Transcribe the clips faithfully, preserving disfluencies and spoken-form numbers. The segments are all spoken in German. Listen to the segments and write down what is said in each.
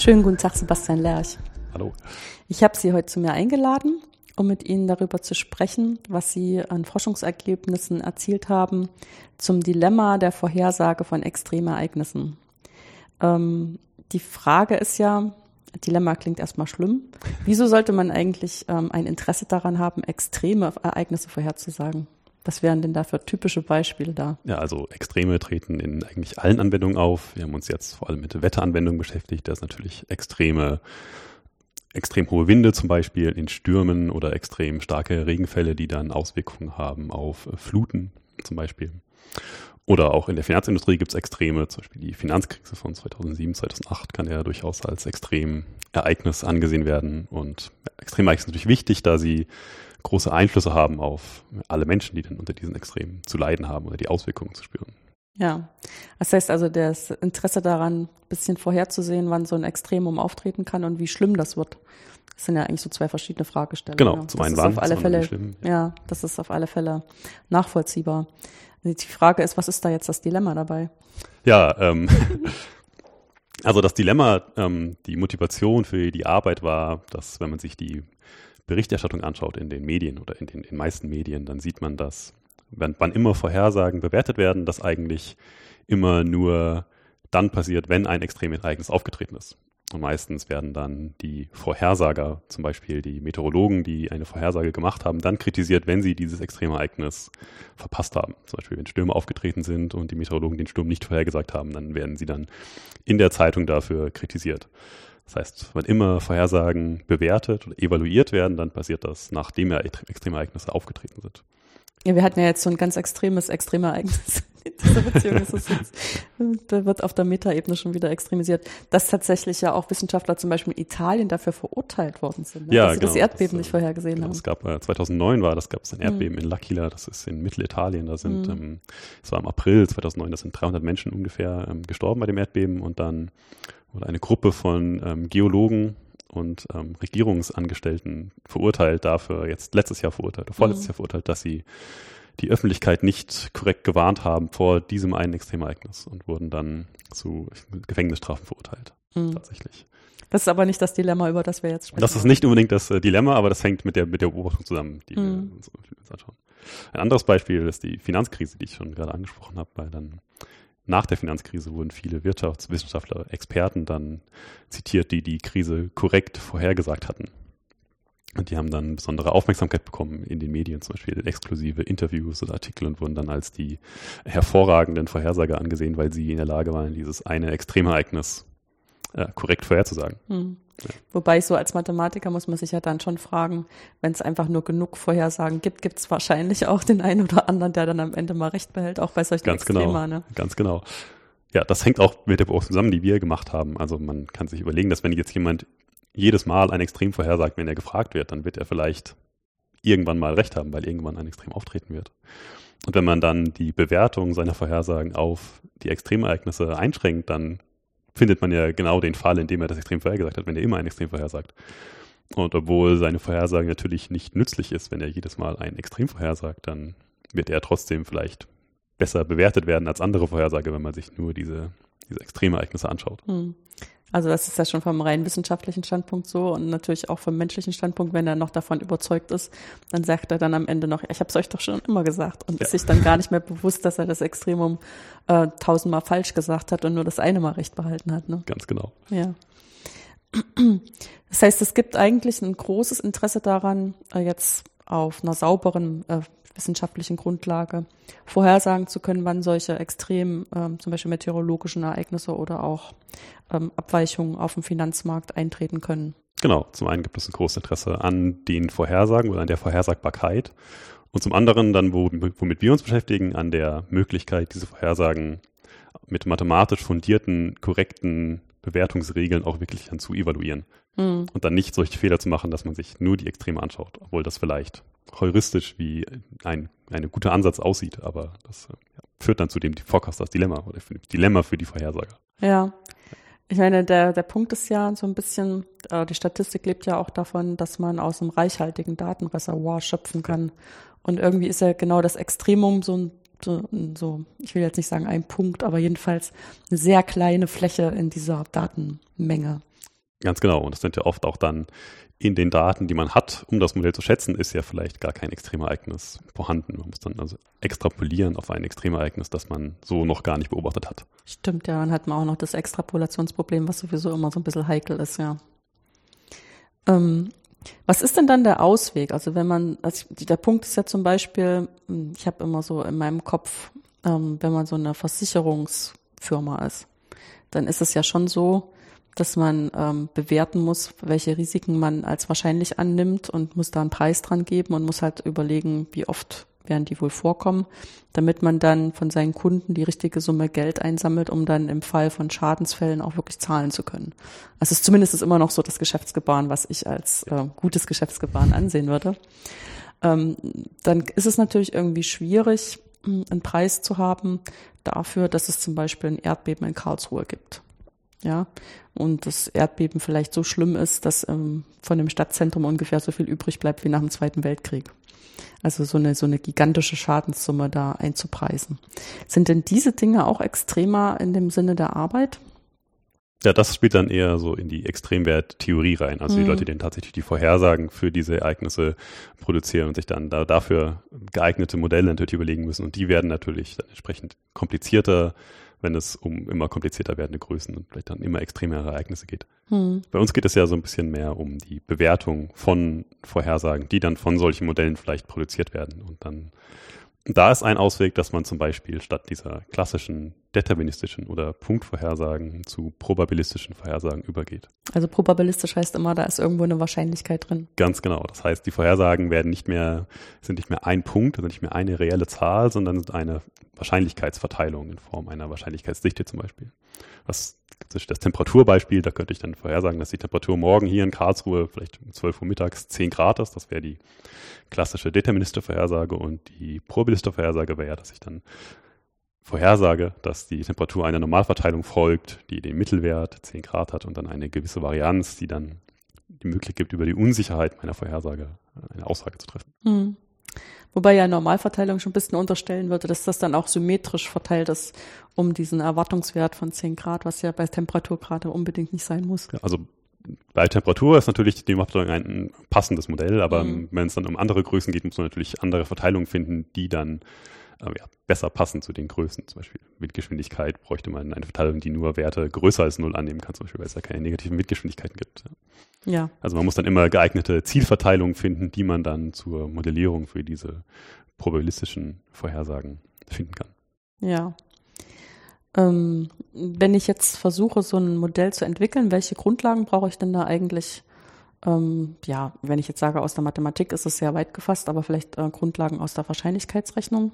Schönen guten Tag, Sebastian Lerch. Hallo. Ich habe Sie heute zu mir eingeladen, um mit Ihnen darüber zu sprechen, was Sie an Forschungsergebnissen erzielt haben zum Dilemma der Vorhersage von Extremereignissen. Ähm, die Frage ist ja, Dilemma klingt erstmal schlimm, wieso sollte man eigentlich ähm, ein Interesse daran haben, extreme Ereignisse vorherzusagen? Was wären denn da für typische Beispiele da? Ja, also Extreme treten in eigentlich allen Anwendungen auf. Wir haben uns jetzt vor allem mit Wetteranwendungen beschäftigt. Da ist natürlich extreme, extrem hohe Winde zum Beispiel in Stürmen oder extrem starke Regenfälle, die dann Auswirkungen haben auf äh, Fluten zum Beispiel. Oder auch in der Finanzindustrie gibt es Extreme, zum Beispiel die Finanzkrise von zweitausendsieben, zweitausendacht kann ja durchaus als Extremereignis angesehen werden. Und ja, Extremereignisse sind natürlich wichtig, da sie große Einflüsse haben auf alle Menschen, die dann unter diesen Extremen zu leiden haben oder die Auswirkungen zu spüren. Ja, das heißt also, das Interesse daran, ein bisschen vorherzusehen, wann so ein Extremum auftreten kann und wie schlimm das wird. Das sind ja eigentlich so zwei verschiedene Fragestellungen. Genau, ja. zum das einen ist wann, auf alle zum Fälle, anderen wie schlimm. Ja. ja, das ist auf alle Fälle nachvollziehbar. Die Frage ist, was ist da jetzt das Dilemma dabei? Ja, ähm, also das Dilemma, ähm, die Motivation für die Arbeit war, dass wenn man sich die Berichterstattung anschaut in den Medien oder in den, in den meisten Medien, dann sieht man, dass wenn, wann immer Vorhersagen bewertet werden, das eigentlich immer nur dann passiert, wenn ein extremes Ereignis aufgetreten ist. Und meistens werden dann die Vorhersager, zum Beispiel die Meteorologen, die eine Vorhersage gemacht haben, dann kritisiert, wenn sie dieses extreme Ereignis verpasst haben. Zum Beispiel, wenn Stürme aufgetreten sind und die Meteorologen den Sturm nicht vorhergesagt haben, dann werden sie dann in der Zeitung dafür kritisiert. Das heißt, wenn immer Vorhersagen bewertet oder evaluiert werden, dann passiert das, nachdem ja extreme Ereignisse aufgetreten sind. Ja, wir hatten ja jetzt so ein ganz extremes Extremereignis in dieser Beziehung. Ist es jetzt, da wird auf der Metaebene schon wieder extremisiert, dass tatsächlich ja auch Wissenschaftler zum Beispiel in Italien dafür verurteilt worden sind, ne? Ja, dass sie genau, das Erdbeben das, nicht vorhergesehen genau, haben. Es gab äh, zweitausendneun war, das gab es ein Erdbeben Mhm. in L'Aquila, das ist in Mittelitalien. Da sind, Mhm. ähm, es war im April zweitausendneun, da sind dreihundert Menschen ungefähr ähm, gestorben bei dem Erdbeben und dann wurde eine Gruppe von ähm, Geologen und ähm, Regierungsangestellten verurteilt dafür, jetzt letztes Jahr verurteilt, oder vorletztes Mhm. Jahr verurteilt, dass sie die Öffentlichkeit nicht korrekt gewarnt haben vor diesem einen Extremereignis und wurden dann zu Gefängnisstrafen verurteilt, Mhm. tatsächlich. Das ist aber nicht das Dilemma, über das wir jetzt sprechen. Das ist nicht unbedingt das äh, Dilemma, aber das hängt mit der, mit der Beobachtung zusammen, die Mhm. wir uns, uns anschauen. Ein anderes Beispiel ist die Finanzkrise, die ich schon gerade angesprochen habe, weil dann nach der Finanzkrise wurden viele Wirtschaftswissenschaftler, Experten dann zitiert, die die Krise korrekt vorhergesagt hatten. Und die haben dann besondere Aufmerksamkeit bekommen in den Medien, zum Beispiel exklusive Interviews oder Artikel und wurden dann als die hervorragenden Vorhersager angesehen, weil sie in der Lage waren, dieses eine Extremereignis äh, korrekt vorherzusagen. Hm. Ja. Wobei so als Mathematiker muss man sich ja dann schon fragen, wenn es einfach nur genug Vorhersagen gibt, gibt es wahrscheinlich auch den einen oder anderen, der dann am Ende mal recht behält, auch bei solchen Ganz Extremen. genau, Ne? ganz genau. Ja, das hängt auch mit der Beobachtung zusammen, die wir gemacht haben. Also man kann sich überlegen, dass wenn jetzt jemand jedes Mal ein Extrem vorhersagt, wenn er gefragt wird, dann wird er vielleicht irgendwann mal recht haben, weil irgendwann ein Extrem auftreten wird. Und wenn man dann die Bewertung seiner Vorhersagen auf die Extremereignisse einschränkt, dann findet man ja genau den Fall, in dem er das Extrem vorhergesagt hat, wenn er immer ein Extrem vorhersagt. Und obwohl seine Vorhersage natürlich nicht nützlich ist, wenn er jedes Mal ein Extrem vorhersagt, dann wird er trotzdem vielleicht besser bewertet werden als andere Vorhersage, wenn man sich nur diese, diese Extremereignisse anschaut. Hm. Also das ist ja schon vom rein wissenschaftlichen Standpunkt so und natürlich auch vom menschlichen Standpunkt, wenn er noch davon überzeugt ist, dann sagt er dann am Ende noch, ich habe es euch doch schon immer gesagt und ja. ist sich dann gar nicht mehr bewusst, dass er das Extremum äh, tausendmal falsch gesagt hat und nur das eine Mal recht behalten hat. Ne? Ganz genau. Ja. Das heißt, es gibt eigentlich ein großes Interesse daran, äh, jetzt auf einer sauberen äh, wissenschaftlichen Grundlage vorhersagen zu können, wann solche extrem, ähm, zum Beispiel meteorologischen Ereignisse oder auch ähm, Abweichungen auf dem Finanzmarkt eintreten können. Genau, zum einen gibt es ein großes Interesse an den Vorhersagen oder an der Vorhersagbarkeit und zum anderen dann, womit wir uns beschäftigen, an der Möglichkeit, diese Vorhersagen mit mathematisch fundierten, korrekten Bewertungsregeln auch wirklich dann zu evaluieren. Mhm. Und dann nicht solche Fehler zu machen, dass man sich nur die Extreme anschaut, obwohl das vielleicht heuristisch wie ein ein guter Ansatz aussieht, aber das ja, führt dann zu dem Forecasters Dilemma oder Dilemma für die Vorhersager. Ja, ich meine, der der Punkt ist ja so ein bisschen, äh, die Statistik lebt ja auch davon, dass man aus einem reichhaltigen Datenreservoir schöpfen kann. Ja. Und irgendwie ist ja genau das Extremum so ein So, so, ich will jetzt nicht sagen ein Punkt, aber jedenfalls eine sehr kleine Fläche in dieser Datenmenge. Ganz genau. Und das sind ja oft auch dann in den Daten, die man hat, um das Modell zu schätzen, ist ja vielleicht gar kein Extremereignis vorhanden. Man muss dann also extrapolieren auf ein Extremereignis, das man so noch gar nicht beobachtet hat. Stimmt, ja. Dann hat man auch noch das Extrapolationsproblem, was sowieso immer so ein bisschen heikel ist, ja. Ähm, was ist denn dann der Ausweg? Also wenn man, also der Punkt ist ja zum Beispiel, ich habe immer so in meinem Kopf, ähm, wenn man so eine Versicherungsfirma ist, dann ist es ja schon so, dass man ähm, bewerten muss, welche Risiken man als wahrscheinlich annimmt und muss da einen Preis dran geben und muss halt überlegen, wie oft werden die wohl vorkommen, damit man dann von seinen Kunden die richtige Summe Geld einsammelt, um dann im Fall von Schadensfällen auch wirklich zahlen zu können. Also es ist zumindest ist immer noch so das Geschäftsgebaren, was ich als äh, gutes Geschäftsgebaren ansehen würde. Ähm, dann ist es natürlich irgendwie schwierig, einen Preis zu haben dafür, dass es zum Beispiel ein Erdbeben in Karlsruhe gibt. Ja, und das Erdbeben vielleicht so schlimm ist, dass ähm, von dem Stadtzentrum ungefähr so viel übrig bleibt wie nach dem Zweiten Weltkrieg. Also so eine so eine gigantische Schadenssumme da einzupreisen. Sind denn diese Dinge auch extremer in dem Sinne der Arbeit? Ja, das spielt dann eher so in die Extremwerttheorie rein. Also mhm. die Leute, die dann tatsächlich die Vorhersagen für diese Ereignisse produzieren und sich dann da dafür geeignete Modelle natürlich überlegen müssen. Und die werden natürlich dann entsprechend komplizierter, wenn es um immer komplizierter werdende Größen und vielleicht dann immer extremere Ereignisse geht. Hm. Bei uns geht es ja so ein bisschen mehr um die Bewertung von Vorhersagen, die dann von solchen Modellen vielleicht produziert werden. Und dann, da ist ein Ausweg, dass man zum Beispiel statt dieser klassischen deterministischen oder Punktvorhersagen zu probabilistischen Vorhersagen übergeht. Also probabilistisch heißt immer, da ist irgendwo eine Wahrscheinlichkeit drin. Ganz genau. Das heißt, die Vorhersagen werden nicht mehr, sind nicht mehr ein Punkt, sind nicht mehr eine reelle Zahl, sondern sind eine Wahrscheinlichkeitsverteilung in Form einer Wahrscheinlichkeitsdichte zum Beispiel. Was das Temperaturbeispiel, da könnte ich dann vorhersagen, dass die Temperatur morgen hier in Karlsruhe vielleicht um zwölf Uhr mittags zehn Grad ist. Das wäre die klassische deterministische Vorhersage und die probabilistische Vorhersage wäre ja, dass ich dann vorhersage, dass die Temperatur einer Normalverteilung folgt, die den Mittelwert zehn Grad hat und dann eine gewisse Varianz, die dann die Möglichkeit gibt, über die Unsicherheit meiner Vorhersage eine Aussage zu treffen. Hm. Wobei ja Normalverteilung schon ein bisschen unterstellen würde, dass das dann auch symmetrisch verteilt ist um diesen Erwartungswert von zehn Grad, was ja bei Temperatur gerade unbedingt nicht sein muss. Ja, also bei Temperatur ist natürlich die Normalverteilung ein passendes Modell, aber mhm. wenn es dann um andere Größen geht, muss man natürlich andere Verteilungen finden, die dann äh, ja, besser passen zu den Größen. Zum Beispiel Windgeschwindigkeit bräuchte man eine Verteilung, die nur Werte größer als null annehmen kann, zum Beispiel, weil es ja keine negativen Windgeschwindigkeiten gibt. Ja. Ja. Also man muss dann immer geeignete Zielverteilungen finden, die man dann zur Modellierung für diese probabilistischen Vorhersagen finden kann. Ja. Ähm, wenn ich jetzt versuche, so ein Modell zu entwickeln, welche Grundlagen brauche ich denn da eigentlich? Ähm, ja, wenn ich jetzt sage, aus der Mathematik ist es sehr weit gefasst, aber vielleicht äh, Grundlagen aus der Wahrscheinlichkeitsrechnung?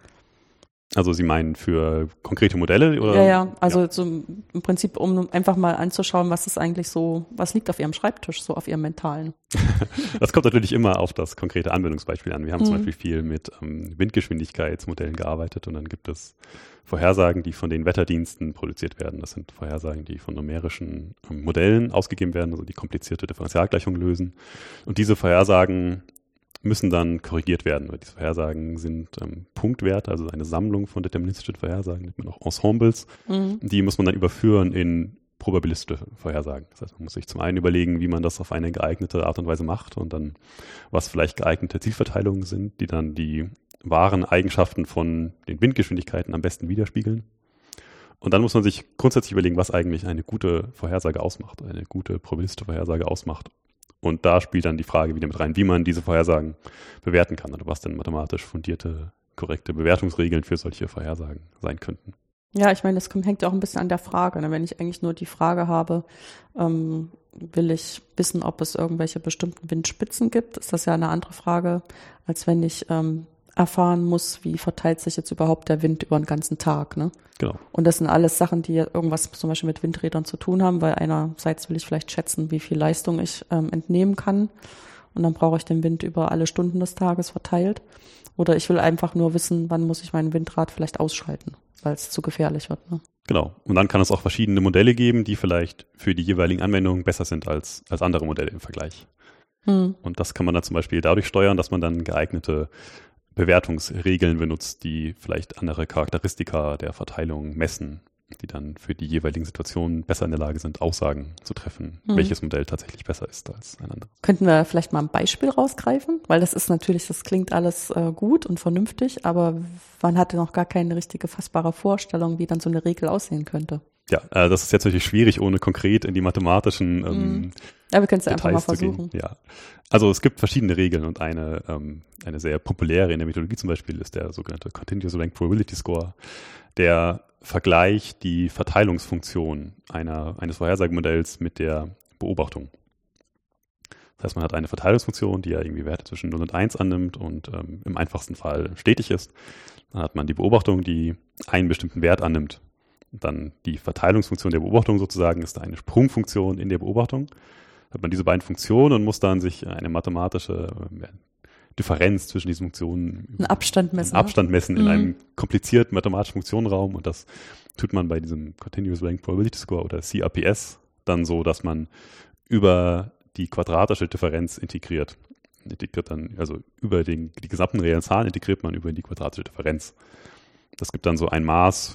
Also Sie meinen für konkrete Modelle? Oder? Ja, ja, also ja. So im Prinzip, um einfach mal anzuschauen, was ist eigentlich so, was liegt auf Ihrem Schreibtisch, so auf Ihrem Mentalen? Das kommt natürlich immer auf das konkrete Anwendungsbeispiel an. Wir haben Mhm. zum Beispiel viel mit ähm, Windgeschwindigkeitsmodellen gearbeitet und dann gibt es Vorhersagen, die von den Wetterdiensten produziert werden. Das sind Vorhersagen, die von numerischen ähm, Modellen ausgegeben werden, also die komplizierte Differentialgleichungen lösen. Und diese Vorhersagen müssen dann korrigiert werden, weil diese Vorhersagen sind ähm, Punktwerte, also eine Sammlung von deterministischen Vorhersagen, nennt man auch Ensembles. Mhm. Die muss man dann überführen in probabilistische Vorhersagen. Das heißt, man muss sich zum einen überlegen, wie man das auf eine geeignete Art und Weise macht und dann, was vielleicht geeignete Zielverteilungen sind, die dann die wahren Eigenschaften von den Windgeschwindigkeiten am besten widerspiegeln. Und dann muss man sich grundsätzlich überlegen, was eigentlich eine gute Vorhersage ausmacht, eine gute probabilistische Vorhersage ausmacht. Und da spielt dann die Frage wieder mit rein, wie man diese Vorhersagen bewerten kann oder was denn mathematisch fundierte, korrekte Bewertungsregeln für solche Vorhersagen sein könnten. Ja, ich meine, das kommt, hängt ja auch ein bisschen an der Frage. Ne? Wenn ich eigentlich nur die Frage habe, ähm, will ich wissen, ob es irgendwelche bestimmten Windspitzen gibt, ist das ja eine andere Frage, als wenn ich ähm, erfahren muss, wie verteilt sich jetzt überhaupt der Wind über den ganzen Tag. Ne? Genau. Und das sind alles Sachen, die irgendwas zum Beispiel mit Windrädern zu tun haben, weil einerseits will ich vielleicht schätzen, wie viel Leistung ich ähm, entnehmen kann. Und dann brauche ich den Wind über alle Stunden des Tages verteilt. Oder ich will einfach nur wissen, wann muss ich mein Windrad vielleicht ausschalten, weil es zu gefährlich wird. Ne? Genau. Und dann kann es auch verschiedene Modelle geben, die vielleicht für die jeweiligen Anwendungen besser sind als, als andere Modelle im Vergleich. Hm. Und das kann man dann zum Beispiel dadurch steuern, dass man dann geeignete Bewertungsregeln benutzt, die vielleicht andere Charakteristika der Verteilung messen die dann für die jeweiligen Situationen besser in der Lage sind, Aussagen zu treffen, Mhm. welches Modell tatsächlich besser ist als ein anderes. Könnten wir vielleicht mal ein Beispiel rausgreifen? Weil das ist natürlich, das klingt alles äh, gut und vernünftig, aber man hatte noch gar keine richtige fassbare Vorstellung, wie dann so eine Regel aussehen könnte. Ja, äh, das ist jetzt natürlich schwierig, ohne konkret in die mathematischen ähm, Mhm. Ja, wir können es ja einfach mal Details zu versuchen. gehen. Ja. Also es gibt verschiedene Regeln und eine, ähm, eine sehr populäre in der Methodologie zum Beispiel ist der sogenannte Continuous Rank Probability Score, der vergleicht die Verteilungsfunktion einer, eines Vorhersagemodells mit der Beobachtung. Das heißt, man hat eine Verteilungsfunktion, die ja irgendwie Werte zwischen null und eins annimmt und ähm, im einfachsten Fall stetig ist. Dann hat man die Beobachtung, die einen bestimmten Wert annimmt. Und dann die Verteilungsfunktion der Beobachtung sozusagen ist eine Sprungfunktion in der Beobachtung. Hat man diese beiden Funktionen und muss dann sich eine mathematische äh, Differenz zwischen diesen Funktionen, Einen Abstand messen. einen Abstand messen in Mhm. einem komplizierten mathematischen Funktionenraum. Und das tut man bei diesem Continuous Rank Probability Score oder C R P S dann so, dass man über die quadratische Differenz integriert. Integriert dann, also über den, die gesamten reellen Zahlen integriert man über die quadratische Differenz. Das gibt dann so ein Maß,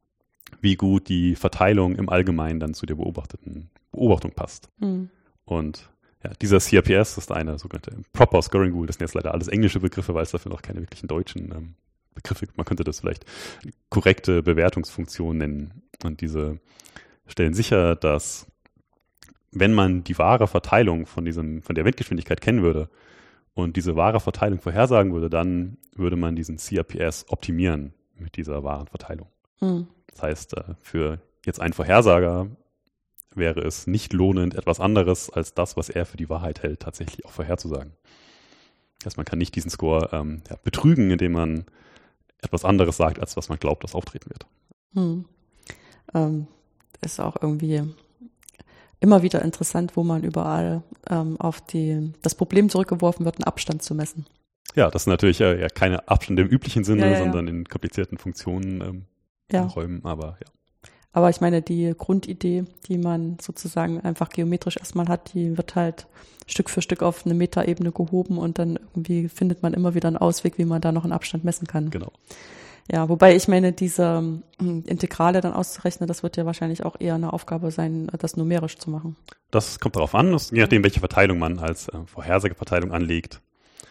wie gut die Verteilung im Allgemeinen dann zu der beobachteten Beobachtung passt. Mhm. Und ja, dieser C R P S ist eine sogenannte Proper Scoring Rule. Das sind jetzt leider alles englische Begriffe, weil es dafür noch keine wirklichen deutschen ähm, Begriffe gibt. Man könnte das vielleicht korrekte Bewertungsfunktion nennen. Und diese stellen sicher, dass wenn man die wahre Verteilung von diesem, von der Windgeschwindigkeit kennen würde und diese wahre Verteilung vorhersagen würde, dann würde man diesen C R P S optimieren mit dieser wahren Verteilung. Mhm. Das heißt, äh, für jetzt einen Vorhersager wäre es nicht lohnend, etwas anderes als das, was er für die Wahrheit hält, tatsächlich auch vorherzusagen. Das heißt, man kann nicht diesen Score ähm, ja, betrügen, indem man etwas anderes sagt, als was man glaubt, das auftreten wird. Hm. Ähm, ist auch irgendwie immer wieder interessant, wo man überall ähm, auf die, das Problem zurückgeworfen wird, einen Abstand zu messen. Ja, das sind natürlich äh, ja keine Abstände im üblichen Sinne, Ja, ja, ja. sondern in komplizierten Funktionen ähm, Ja. in Räumen, aber ja. Aber ich meine, die Grundidee, die man sozusagen einfach geometrisch erstmal hat, die wird halt Stück für Stück auf eine Metaebene gehoben und dann irgendwie findet man immer wieder einen Ausweg, wie man da noch einen Abstand messen kann. Genau. Ja, wobei ich meine, diese ähm, Integrale dann auszurechnen, das wird ja wahrscheinlich auch eher eine Aufgabe sein, das numerisch zu machen. Das kommt darauf an, das, je nachdem, welche Verteilung man als äh, Vorhersageverteilung anlegt.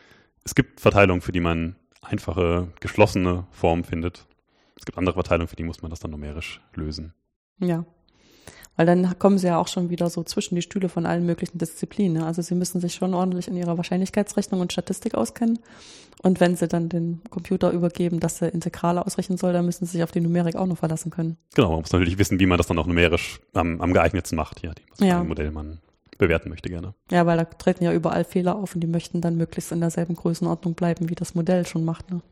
Es gibt Verteilungen, für die man einfache, geschlossene Formen findet. Es gibt andere Verteilungen, für die muss man das dann numerisch lösen. Ja, weil dann kommen sie ja auch schon wieder so zwischen die Stühle von allen möglichen Disziplinen. Ne? Also sie müssen sich schon ordentlich in ihrer Wahrscheinlichkeitsrechnung und Statistik auskennen. Und wenn sie dann den Computer übergeben, dass er Integrale ausrechnen soll, dann müssen sie sich auf die Numerik auch noch verlassen können. Genau, man muss natürlich wissen, wie man das dann auch numerisch am, am geeignetsten macht, je nachdem, was für Ja. ein Modell man bewerten möchte gerne. Ja, weil da treten ja überall Fehler auf und die möchten dann möglichst in derselben Größenordnung bleiben, wie das Modell schon macht. Ne?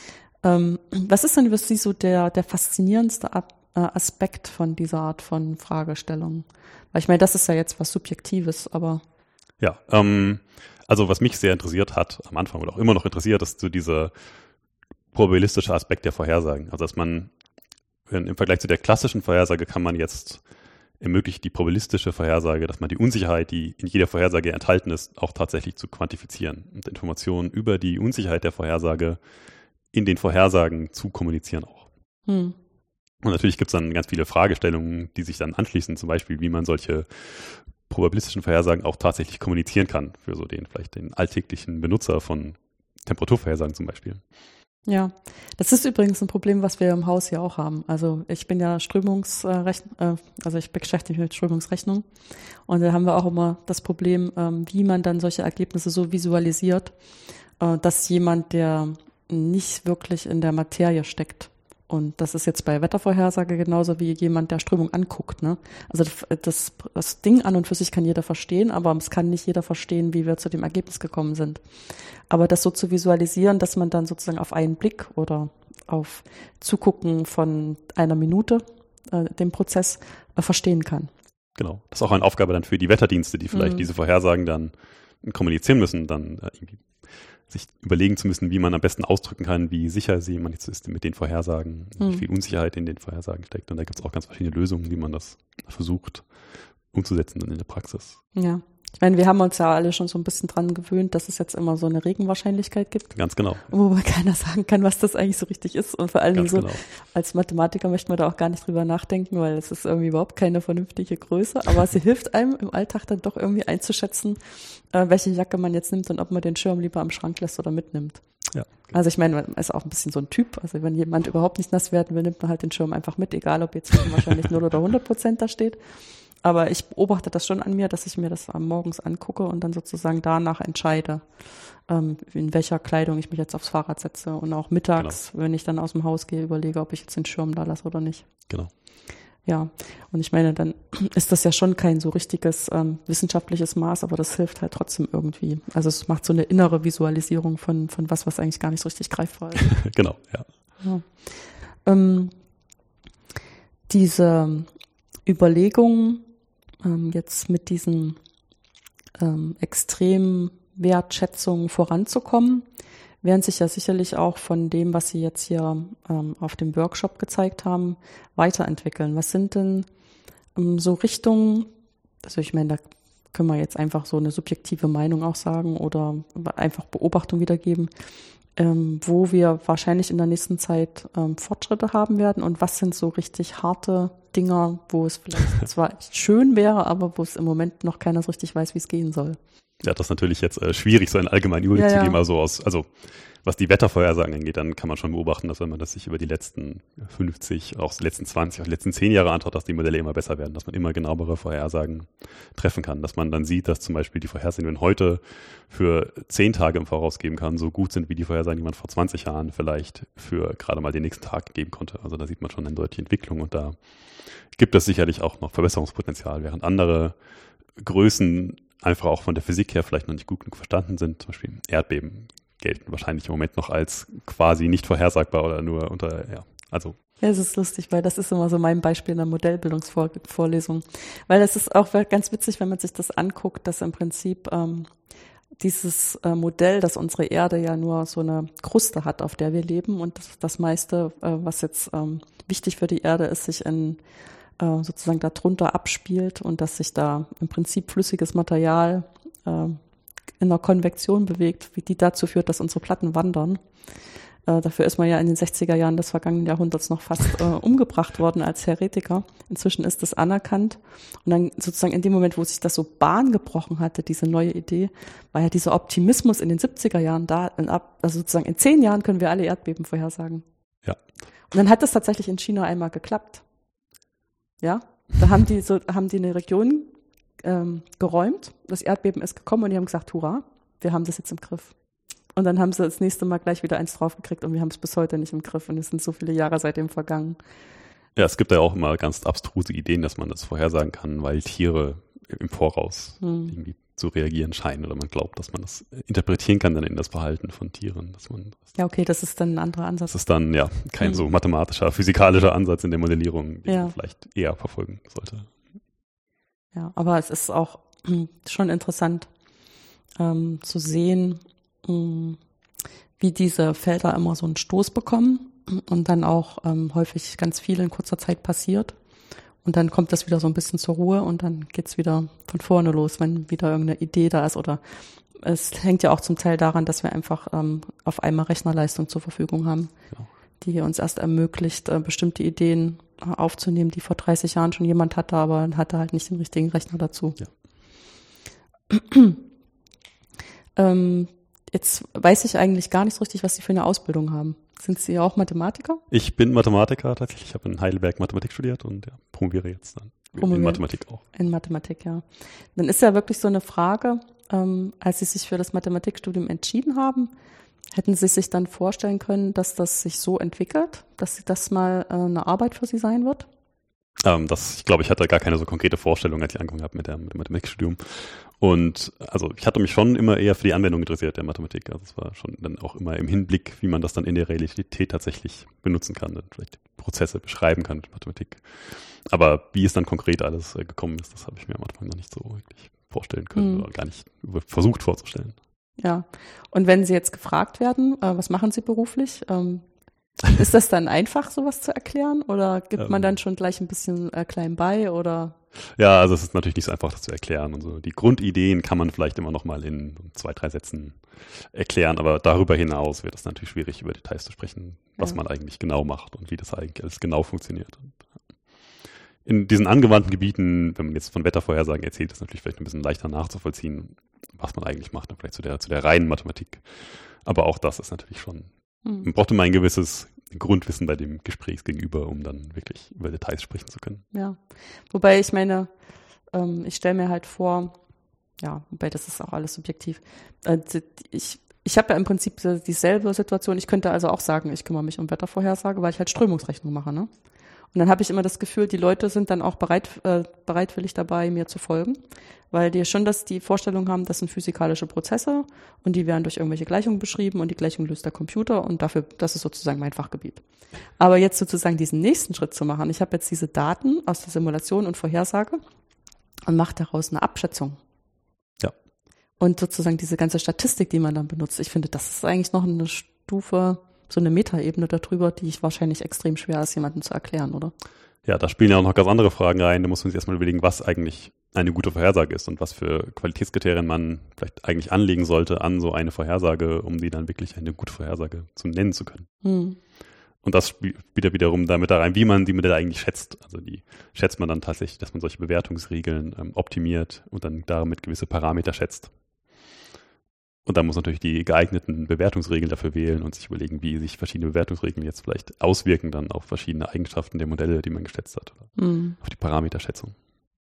Ähm, was ist denn für Sie so der, der faszinierendste Ab Aspekt von dieser Art von Fragestellung? Weil ich meine, das ist ja jetzt was Subjektives, aber Ja, ähm, also was mich sehr interessiert hat, am Anfang oder auch immer noch interessiert, ist so dieser probabilistische Aspekt der Vorhersagen. Also dass man, wenn, im Vergleich zu der klassischen Vorhersage kann man jetzt ermöglicht die probabilistische Vorhersage, dass man die Unsicherheit, die in jeder Vorhersage enthalten ist, auch tatsächlich zu quantifizieren und Informationen über die Unsicherheit der Vorhersage in den Vorhersagen zu kommunizieren auch. hm. Und natürlich gibt es dann ganz viele Fragestellungen, die sich dann anschließen, zum Beispiel, wie man solche probabilistischen Vorhersagen auch tatsächlich kommunizieren kann, für so den vielleicht den alltäglichen Benutzer von Temperaturvorhersagen zum Beispiel. Ja, das ist übrigens ein Problem, was wir im Haus ja auch haben. Also ich bin ja Strömungsrechn, äh, also ich beschäftige mich mit Strömungsrechnung und da haben wir auch immer das Problem, ähm, wie man dann solche Ergebnisse so visualisiert, äh, dass jemand, der nicht wirklich in der Materie steckt, und das ist jetzt bei Wettervorhersage genauso wie jemand, der Strömung anguckt. Ne? Also das, das Ding an und für sich kann jeder verstehen, aber es kann nicht jeder verstehen, wie wir zu dem Ergebnis gekommen sind. Aber das so zu visualisieren, dass man dann sozusagen auf einen Blick oder auf Zugucken von einer Minute äh, den Prozess äh, verstehen kann. Genau. Das ist auch eine Aufgabe dann für die Wetterdienste, die vielleicht Mhm. diese Vorhersagen dann kommunizieren müssen, dann äh, irgendwie sich überlegen zu müssen, wie man am besten ausdrücken kann, wie sicher sie man jetzt ist mit den Vorhersagen, Mhm. wie viel Unsicherheit in den Vorhersagen steckt. Und da gibt es auch ganz verschiedene Lösungen, wie man das versucht umzusetzen dann in der Praxis. Ja, Ich meine, wir haben uns ja alle schon so ein bisschen dran gewöhnt, dass es jetzt immer so eine Regenwahrscheinlichkeit gibt. Ganz genau. Wo man keiner sagen kann, was das eigentlich so richtig ist. Und vor allen Dingen so, genau. als Mathematiker möchte man da auch gar nicht drüber nachdenken, weil es ist irgendwie überhaupt keine vernünftige Größe. Aber sie hilft einem im Alltag dann doch irgendwie einzuschätzen, äh, welche Jacke man jetzt nimmt und ob man den Schirm lieber am Schrank lässt oder mitnimmt. Ja. Also ich meine, man ist auch ein bisschen so ein Typ. Also wenn jemand überhaupt nicht nass werden will, nimmt man halt den Schirm einfach mit, egal ob jetzt wahrscheinlich null oder hundert Prozent da steht. Aber ich beobachte das schon an mir, dass ich mir das am morgens angucke und dann sozusagen danach entscheide, ähm, in welcher Kleidung ich mich jetzt aufs Fahrrad setze. Und auch mittags, genau. wenn ich dann aus dem Haus gehe, überlege, ob ich jetzt den Schirm da lasse oder nicht. Genau. Ja, und ich meine, dann ist das ja schon kein so richtiges ähm, wissenschaftliches Maß, aber das hilft halt trotzdem irgendwie. Also es macht so eine innere Visualisierung von, von was, was eigentlich gar nicht so richtig greifbar ist. Genau, ja. ja. Ähm, diese Überlegungen, ähm, jetzt mit diesen ähm, extremen Wertschätzungen voranzukommen, werden sich ja sicherlich auch von dem, was Sie jetzt hier ähm, auf dem Workshop gezeigt haben, weiterentwickeln. Was sind denn ähm, so Richtungen, also ich meine, da können wir jetzt einfach so eine subjektive Meinung auch sagen oder einfach Beobachtung wiedergeben, ähm, wo wir wahrscheinlich in der nächsten Zeit ähm, Fortschritte haben werden und was sind so richtig harte Dinger, wo es vielleicht zwar schön wäre, aber wo es im Moment noch keiner so richtig weiß, wie es gehen soll. Ja, das ist natürlich jetzt äh, schwierig, so einen allgemeinen Überblick ja, zu geben. Ja. Also, aus, also was die Wettervorhersagen angeht, dann kann man schon beobachten, dass wenn man das sich über die letzten fünfzig, auch die letzten zwanzig, auch die letzten zehn Jahre anschaut, dass die Modelle immer besser werden, dass man immer genauere Vorhersagen treffen kann. Dass man dann sieht, dass zum Beispiel die Vorhersagen, die man heute für zehn Tage im Voraus geben kann, so gut sind wie die Vorhersagen, die man vor zwanzig Jahren vielleicht für gerade mal den nächsten Tag geben konnte. Also da sieht man schon eine deutliche Entwicklung und da gibt es sicherlich auch noch Verbesserungspotenzial, während andere Größen einfach auch von der Physik her vielleicht noch nicht gut genug verstanden sind. Zum Beispiel Erdbeben gelten wahrscheinlich im Moment noch als quasi nicht vorhersagbar oder nur unter, ja, also. Ja, es ist lustig, weil das ist immer so mein Beispiel in der Modellbildungsvorlesung. Weil das ist auch ganz witzig, wenn man sich das anguckt, dass im Prinzip ähm, dieses äh, Modell, dass unsere Erde ja nur so eine Kruste hat, auf der wir leben und das, das meiste, äh, was jetzt ähm, wichtig für die Erde ist, sich in äh, sozusagen darunter abspielt und dass sich da im Prinzip flüssiges Material äh, in der Konvektion bewegt, wie die dazu führt, dass unsere Platten wandern. Äh, dafür ist man ja in den sechziger Jahren des vergangenen Jahrhunderts noch fast äh, umgebracht worden als Heretiker. Inzwischen ist das anerkannt. Und dann sozusagen in dem Moment, wo sich das so Bahn gebrochen hatte, diese neue Idee, war ja dieser Optimismus in den siebziger Jahren da. Und ab, also sozusagen in zehn Jahren können wir alle Erdbeben vorhersagen. Ja. Und dann hat das tatsächlich in China einmal geklappt. Ja, da haben die so, haben die eine Region ähm, geräumt, das Erdbeben ist gekommen und die haben gesagt, hurra, wir haben das jetzt im Griff. Und dann haben sie das nächste Mal gleich wieder eins draufgekriegt und wir haben es bis heute nicht im Griff und es sind so viele Jahre seitdem vergangen. Ja, es gibt ja auch immer ganz abstruse Ideen, dass man das vorhersagen kann, weil Tiere im Voraus hm. irgendwie zu reagieren scheinen oder man glaubt, dass man das interpretieren kann dann in das Verhalten von Tieren. Dass man das ja, okay, das ist dann ein anderer Ansatz. Das ist dann ja kein hm. so mathematischer, physikalischer Ansatz in der Modellierung, den ja. man vielleicht eher verfolgen sollte. Ja, aber es ist auch schon interessant ähm, zu sehen, mh, wie diese Felder immer so einen Stoß bekommen und dann auch ähm, häufig ganz viel in kurzer Zeit passiert. Und dann kommt das wieder so ein bisschen zur Ruhe und dann geht's wieder von vorne los, wenn wieder irgendeine Idee da ist. Oder es hängt ja auch zum Teil daran, dass wir einfach ähm, auf einmal Rechnerleistung zur Verfügung haben, ja. die uns erst ermöglicht, äh, bestimmte Ideen aufzunehmen, die vor dreißig Jahren schon jemand hatte, aber hatte halt nicht den richtigen Rechner dazu. Ja. ähm, jetzt weiß ich eigentlich gar nicht so richtig, was Sie für eine Ausbildung haben. Sind Sie auch Mathematiker? Ich bin Mathematiker tatsächlich. Ich habe in Heidelberg Mathematik studiert und ja, promoviere jetzt dann Promovieren. in Mathematik auch. In Mathematik, ja. Dann ist ja wirklich so eine Frage, ähm, als Sie sich für das Mathematikstudium entschieden haben, hätten Sie sich dann vorstellen können, dass das sich so entwickelt, dass das mal äh, eine Arbeit für Sie sein wird? Ähm, das, ich glaube, ich hatte gar keine so konkrete Vorstellung, als ich angefangen habe mit, der, mit dem Mathematikstudium. Und also ich hatte mich schon immer eher für die Anwendung interessiert der Mathematik. Also es war schon dann auch immer im Hinblick, wie man das dann in der Realität tatsächlich benutzen kann, dann vielleicht Prozesse beschreiben kann mit Mathematik. Aber wie es dann konkret alles äh, gekommen ist, das habe ich mir am Anfang noch nicht so wirklich vorstellen können mhm. oder gar nicht versucht vorzustellen. Ja, und wenn Sie jetzt gefragt werden, äh, was machen Sie beruflich? Ähm, Ist das dann einfach, sowas zu erklären? Oder gibt Ähm. man dann schon gleich ein bisschen äh, klein bei? Oder? Ja, also es ist natürlich nicht so einfach, das zu erklären. Und so. Die Grundideen kann man vielleicht immer noch mal in zwei, drei Sätzen erklären, aber darüber hinaus wird es natürlich schwierig, über Details zu sprechen, was Ja. man eigentlich genau macht und wie das eigentlich alles genau funktioniert. Und in diesen angewandten Gebieten, wenn man jetzt von Wettervorhersagen erzählt, ist es natürlich vielleicht ein bisschen leichter nachzuvollziehen, was man eigentlich macht, und vielleicht zu der, zu der reinen Mathematik. Aber auch das ist natürlich schon, Hm. man braucht immer ein gewisses Grundwissen bei dem Gesprächsgegenüber, um dann wirklich über Details sprechen zu können. Ja. Wobei ich meine, ähm, ich stelle mir halt vor, ja, wobei das ist auch alles subjektiv. Äh, ich ich habe ja im Prinzip dieselbe Situation. Ich könnte also auch sagen, ich kümmere mich um Wettervorhersage, weil ich halt Strömungsrechnung mache, ne? Und dann habe ich immer das Gefühl, die Leute sind dann auch bereit, äh, bereitwillig dabei, mir zu folgen, weil die schon das, die Vorstellung haben, das sind physikalische Prozesse und die werden durch irgendwelche Gleichungen beschrieben und die Gleichung löst der Computer und dafür, das ist sozusagen mein Fachgebiet. Aber jetzt sozusagen diesen nächsten Schritt zu machen, ich habe jetzt diese Daten aus der Simulation und Vorhersage und mache daraus eine Abschätzung. Ja. Und sozusagen diese ganze Statistik, die man dann benutzt, ich finde, das ist eigentlich noch eine Stufe, so eine Metaebene darüber, die ich wahrscheinlich extrem schwer ist, jemandem zu erklären, oder? Ja, da spielen ja auch noch ganz andere Fragen rein. Da muss man sich erstmal überlegen, was eigentlich eine gute Vorhersage ist und was für Qualitätskriterien man vielleicht eigentlich anlegen sollte an so eine Vorhersage, um die dann wirklich eine gute Vorhersage zu nennen zu können. Hm. Und das spielt wieder wiederum damit da rein, wie man die Modelle eigentlich schätzt. Also die schätzt man dann tatsächlich, dass man solche Bewertungsregeln ähm, optimiert und dann damit gewisse Parameter schätzt. Und dann muss natürlich die geeigneten Bewertungsregeln dafür wählen und sich überlegen, wie sich verschiedene Bewertungsregeln jetzt vielleicht auswirken dann auf verschiedene Eigenschaften der Modelle, die man geschätzt hat, oder Hm. auf die Parameterschätzung.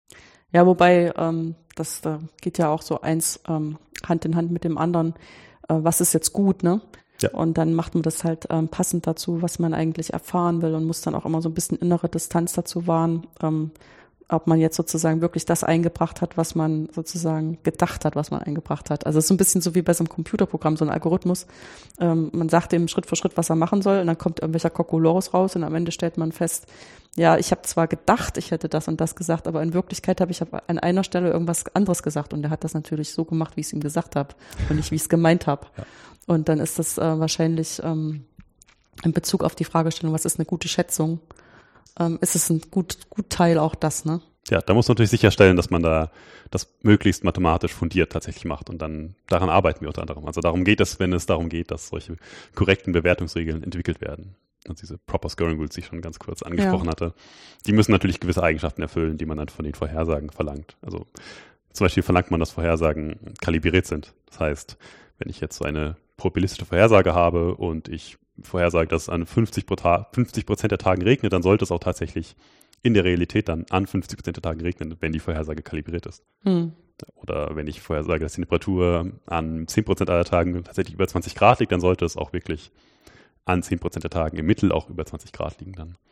Ja, wobei, ähm, das da geht ja auch so eins ähm, Hand in Hand mit dem anderen, äh, was ist jetzt gut, ne? Ja. Und dann macht man das halt ähm, passend dazu, was man eigentlich erfahren will und muss dann auch immer so ein bisschen innere Distanz dazu wahren, ähm, ob man jetzt sozusagen wirklich das eingebracht hat, was man sozusagen gedacht hat, was man eingebracht hat. Also es ist so ein bisschen so wie bei so einem Computerprogramm, so ein Algorithmus. Ähm, man sagt dem Schritt für Schritt, was er machen soll und dann kommt irgendwelcher Kokolores raus und am Ende stellt man fest, ja, ich habe zwar gedacht, ich hätte das und das gesagt, aber in Wirklichkeit habe ich an einer Stelle irgendwas anderes gesagt und er hat das natürlich so gemacht, wie ich es ihm gesagt habe und nicht, wie ich es gemeint habe. Ja. Und dann ist das äh, wahrscheinlich ähm, in Bezug auf die Fragestellung, was ist eine gute Schätzung, ähm, ist es ein gut, gut Teil auch das, ne? Ja, da muss man natürlich sicherstellen, dass man da das möglichst mathematisch fundiert tatsächlich macht und dann daran arbeiten wir unter anderem. Also darum geht es, wenn es darum geht, dass solche korrekten Bewertungsregeln entwickelt werden. Also diese Proper Scoring Rules, die ich schon ganz kurz angesprochen Ja. hatte, die müssen natürlich gewisse Eigenschaften erfüllen, die man dann von den Vorhersagen verlangt. Also zum Beispiel verlangt man, dass Vorhersagen kalibriert sind. Das heißt, wenn ich jetzt so eine probabilistische Vorhersage habe und ich vorhersage, dass es an fünfzig Prozent der Tagen regnet, dann sollte es auch tatsächlich in der Realität dann an fünfzig Prozent der Tagen regnen, wenn die Vorhersage kalibriert ist. Hm. Oder wenn ich vorhersage, dass die Temperatur an zehn Prozent aller Tagen tatsächlich über zwanzig Grad liegt, dann sollte es auch wirklich an zehn Prozent der Tagen im Mittel auch über zwanzig Grad liegen dann.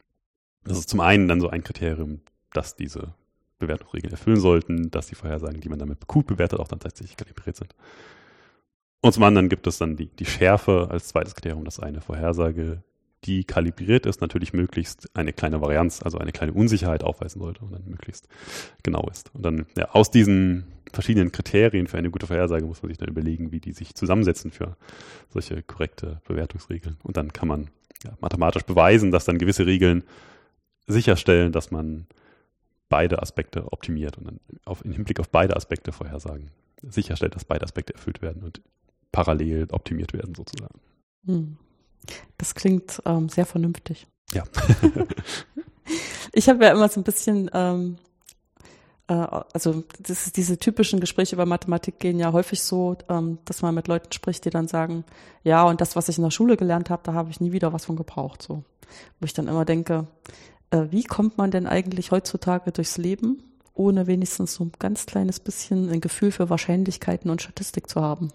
Das ist zum einen dann so ein Kriterium, dass diese Bewertungsregeln erfüllen sollten, dass die Vorhersagen, die man damit gut bewertet, auch dann tatsächlich kalibriert sind. Und zum anderen gibt es dann die, die Schärfe als zweites Kriterium, dass eine Vorhersage, die kalibriert ist, natürlich möglichst eine kleine Varianz, also eine kleine Unsicherheit aufweisen sollte und dann möglichst genau ist. Und dann ja, aus diesen verschiedenen Kriterien für eine gute Vorhersage muss man sich dann überlegen, wie die sich zusammensetzen für solche korrekte Bewertungsregeln. Und dann kann man ja, mathematisch beweisen, dass dann gewisse Regeln sicherstellen, dass man beide Aspekte optimiert und dann auf, im Hinblick auf beide Aspekte Vorhersagen sicherstellt, dass beide Aspekte erfüllt werden und parallel optimiert werden sozusagen. Hm. Das klingt ähm, sehr vernünftig. Ja. Ich habe ja immer so ein bisschen, ähm, äh, also das ist, diese typischen Gespräche über Mathematik gehen ja häufig so, ähm, dass man mit Leuten spricht, die dann sagen, ja, und das, was ich in der Schule gelernt habe, da habe ich nie wieder was von gebraucht. So. Wo ich dann immer denke, äh, wie kommt man denn eigentlich heutzutage durchs Leben, ohne wenigstens so ein ganz kleines bisschen ein Gefühl für Wahrscheinlichkeiten und Statistik zu haben?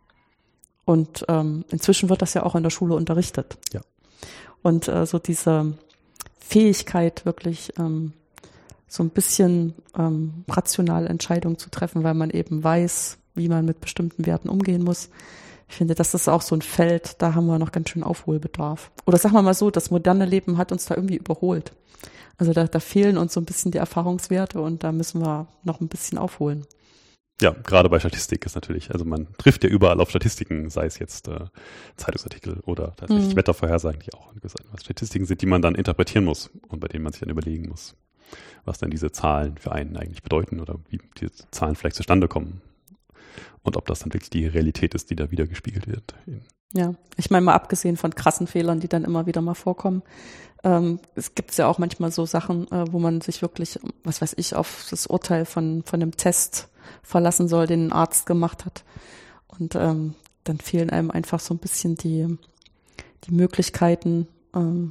Und ähm, inzwischen wird das ja auch in der Schule unterrichtet. Ja. Und äh, so diese Fähigkeit, wirklich ähm, so ein bisschen ähm, rational Entscheidungen zu treffen, weil man eben weiß, wie man mit bestimmten Werten umgehen muss. Ich finde, das ist auch so ein Feld, da haben wir noch ganz schön Aufholbedarf. Oder sagen wir mal so, das moderne Leben hat uns da irgendwie überholt. Also da, da fehlen uns so ein bisschen die Erfahrungswerte und da müssen wir noch ein bisschen aufholen. Ja, gerade bei Statistik ist natürlich, also man trifft ja überall auf Statistiken, sei es jetzt äh, Zeitungsartikel oder tatsächlich mhm. Wettervorhersagen, die auch was Statistiken sind, die man dann interpretieren muss und bei denen man sich dann überlegen muss, was dann diese Zahlen für einen eigentlich bedeuten oder wie diese Zahlen vielleicht zustande kommen und ob das dann wirklich die Realität ist, die da wieder gespiegelt wird. Ja, ich meine mal abgesehen von krassen Fehlern, die dann immer wieder mal vorkommen, ähm, es gibt ja auch manchmal so Sachen, äh, wo man sich wirklich, was weiß ich, auf das Urteil von von einem Test verlassen soll, den ein Arzt gemacht hat. Und ähm, dann fehlen einem einfach so ein bisschen die, die Möglichkeiten, ähm,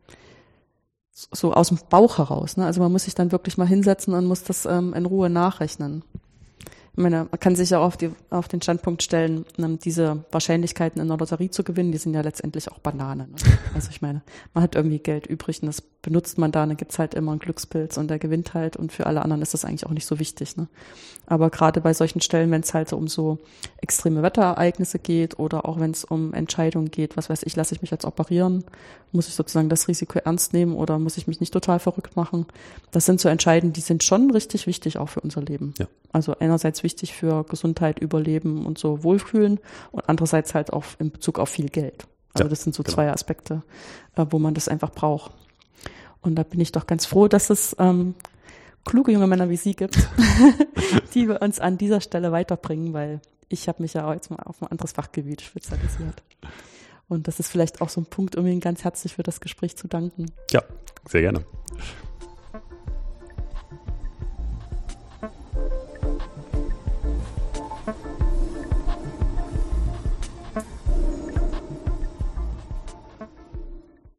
so aus dem Bauch heraus. Ne? Also man muss sich dann wirklich mal hinsetzen und muss das ähm, in Ruhe nachrechnen. Ich meine, man kann sich ja auch auf, die, auf den Standpunkt stellen, diese Wahrscheinlichkeiten in der Lotterie zu gewinnen, die sind ja letztendlich auch Banane. Ne? Also ich meine, man hat irgendwie Geld übrig und das benutzt man da, dann gibt's halt immer einen Glückspilz und der gewinnt halt und für alle anderen ist das eigentlich auch nicht so wichtig. Ne? Aber gerade bei solchen Stellen, wenn es halt so um so extreme Wetterereignisse geht oder auch wenn es um Entscheidungen geht, was weiß ich, lasse ich mich jetzt operieren, muss ich sozusagen das Risiko ernst nehmen oder muss ich mich nicht total verrückt machen? Das sind so Entscheidungen, die sind schon richtig wichtig auch für unser Leben. Ja. Also einerseits wichtig für Gesundheit, Überleben und so Wohlfühlen und andererseits halt auch in Bezug auf viel Geld. Also ja, das sind so genau. zwei Aspekte, äh, wo man das einfach braucht. Und da bin ich doch ganz froh, dass es ähm, kluge junge Männer wie Sie gibt, die wir uns an dieser Stelle weiterbringen, weil ich habe mich ja auch jetzt mal auf ein anderes Fachgebiet spezialisiert. Und das ist vielleicht auch so ein Punkt, um Ihnen ganz herzlich für das Gespräch zu danken. Ja, sehr gerne.